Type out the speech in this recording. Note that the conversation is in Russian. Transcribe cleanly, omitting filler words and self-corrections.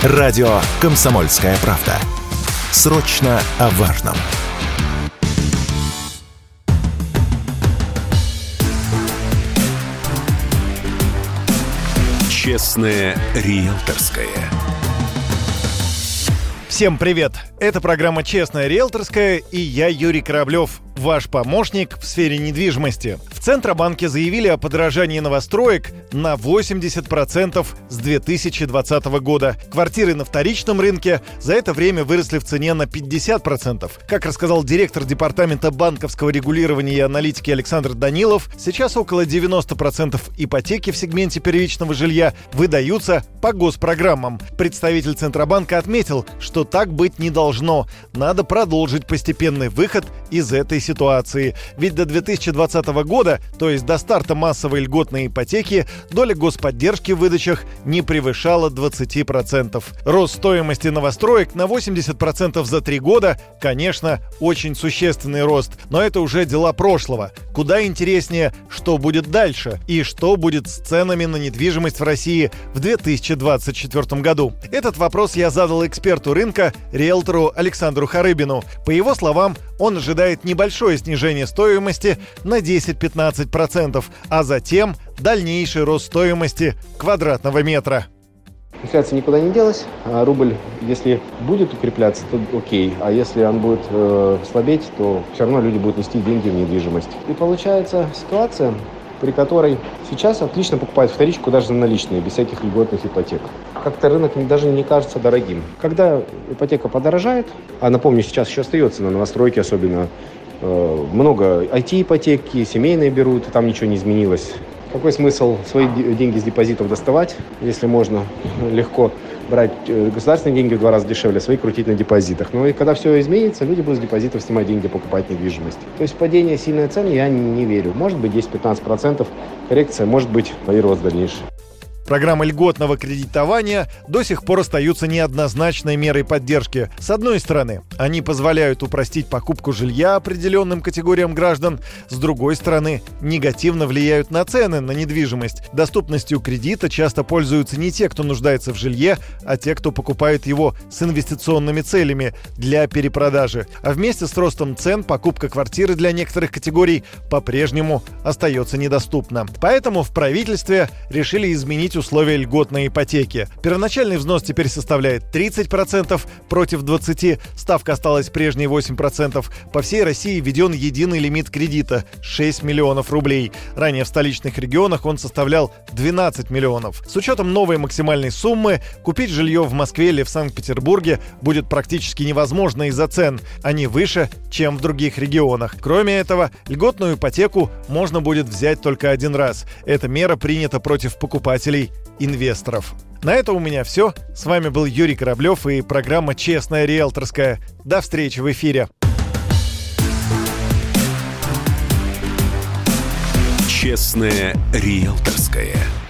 Радио «Комсомольская правда». Срочно о важном. Честное риэлторское. Всем привет! Это программа «Честная риэлторская» и я, Юрий Кораблев, ваш помощник в сфере недвижимости. В Центробанке заявили о подорожании новостроек на 80% с 2020 года. Квартиры на вторичном рынке за это время выросли в цене на 50%. Как рассказал директор департамента банковского регулирования и аналитики Александр Данилов, сейчас около 90% ипотеки в сегменте первичного жилья выдаются по госпрограммам. Представитель Центробанка отметил, что так быть не должно. Надо продолжить постепенный выход из этой ситуации. Ведь до 2020 года, то есть до старта массовой льготной ипотеки, доля господдержки в выдачах не превышала 20%. Рост стоимости новостроек на 80% за 3 года, конечно, очень существенный рост, но это уже дела прошлого. Куда интереснее, что будет дальше и что будет с ценами на недвижимость в России в 2024 году. Этот вопрос я задал эксперту рынка, риэлтору Александру Харыбину. По его словам, он ожидает небольшое снижение стоимости на 10-15%, а затем дальнейший рост стоимости квадратного метра. Инфляция никуда не делась, а рубль, если будет укрепляться, то окей, а если он будет слабеть, то все равно люди будут нести деньги в недвижимость. И получается ситуация, при которой сейчас отлично покупают вторичку даже за наличные, без всяких льготных ипотек. Как-то рынок даже не кажется дорогим. Когда ипотека подорожает, а напомню, сейчас еще остается на новостройке особенно, много IT-ипотеки, семейные берут, там ничего не изменилось. Какой смысл свои деньги с депозитов доставать, если можно легко брать государственные деньги в 2 раза дешевле, свои крутить на депозитах. Ну и когда все изменится, люди будут с депозитов снимать деньги, покупать недвижимость. То есть падение сильной цены я не верю. Может быть 10-15% коррекция, может быть и рост дальнейший. Программы льготного кредитования до сих пор остаются неоднозначной мерой поддержки. С одной стороны, они позволяют упростить покупку жилья определенным категориям граждан. С другой стороны, негативно влияют на цены на недвижимость. Доступностью кредита часто пользуются не те, кто нуждается в жилье, а те, кто покупает его с инвестиционными целями для перепродажи. А вместе с ростом цен покупка квартиры для некоторых категорий по-прежнему остается недоступна. Поэтому в правительстве решили изменить условия льготной ипотеки. Первоначальный взнос теперь составляет 30% против 20%, ставка осталась прежней 8%. По всей России введен единый лимит кредита – 6 миллионов рублей. Ранее в столичных регионах он составлял 12 миллионов. С учетом новой максимальной суммы, купить жилье в Москве или в Санкт-Петербурге будет практически невозможно из-за цен. Они выше, чем в других регионах. Кроме этого, льготную ипотеку можно будет взять только один раз. Эта мера принята против покупателей-инвесторов. На это у меня все. С вами был Юрий Кораблев и программа «Честная риэлторская». До встречи в эфире. Честное риэлторское.